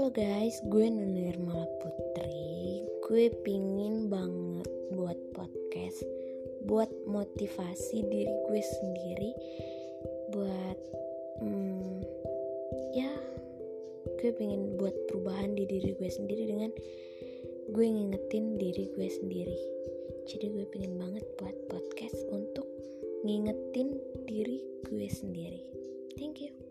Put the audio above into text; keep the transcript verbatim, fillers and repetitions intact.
Halo guys, gue Nuni Nirmala Putri. Gue pingin banget buat podcast, buat motivasi diri gue sendiri, buat hmm, ya gue pingin buat perubahan di diri gue sendiri dengan gue ngingetin diri gue sendiri. Jadi gue pengen banget buat podcast untuk ngingetin diri gue sendiri. Thank you.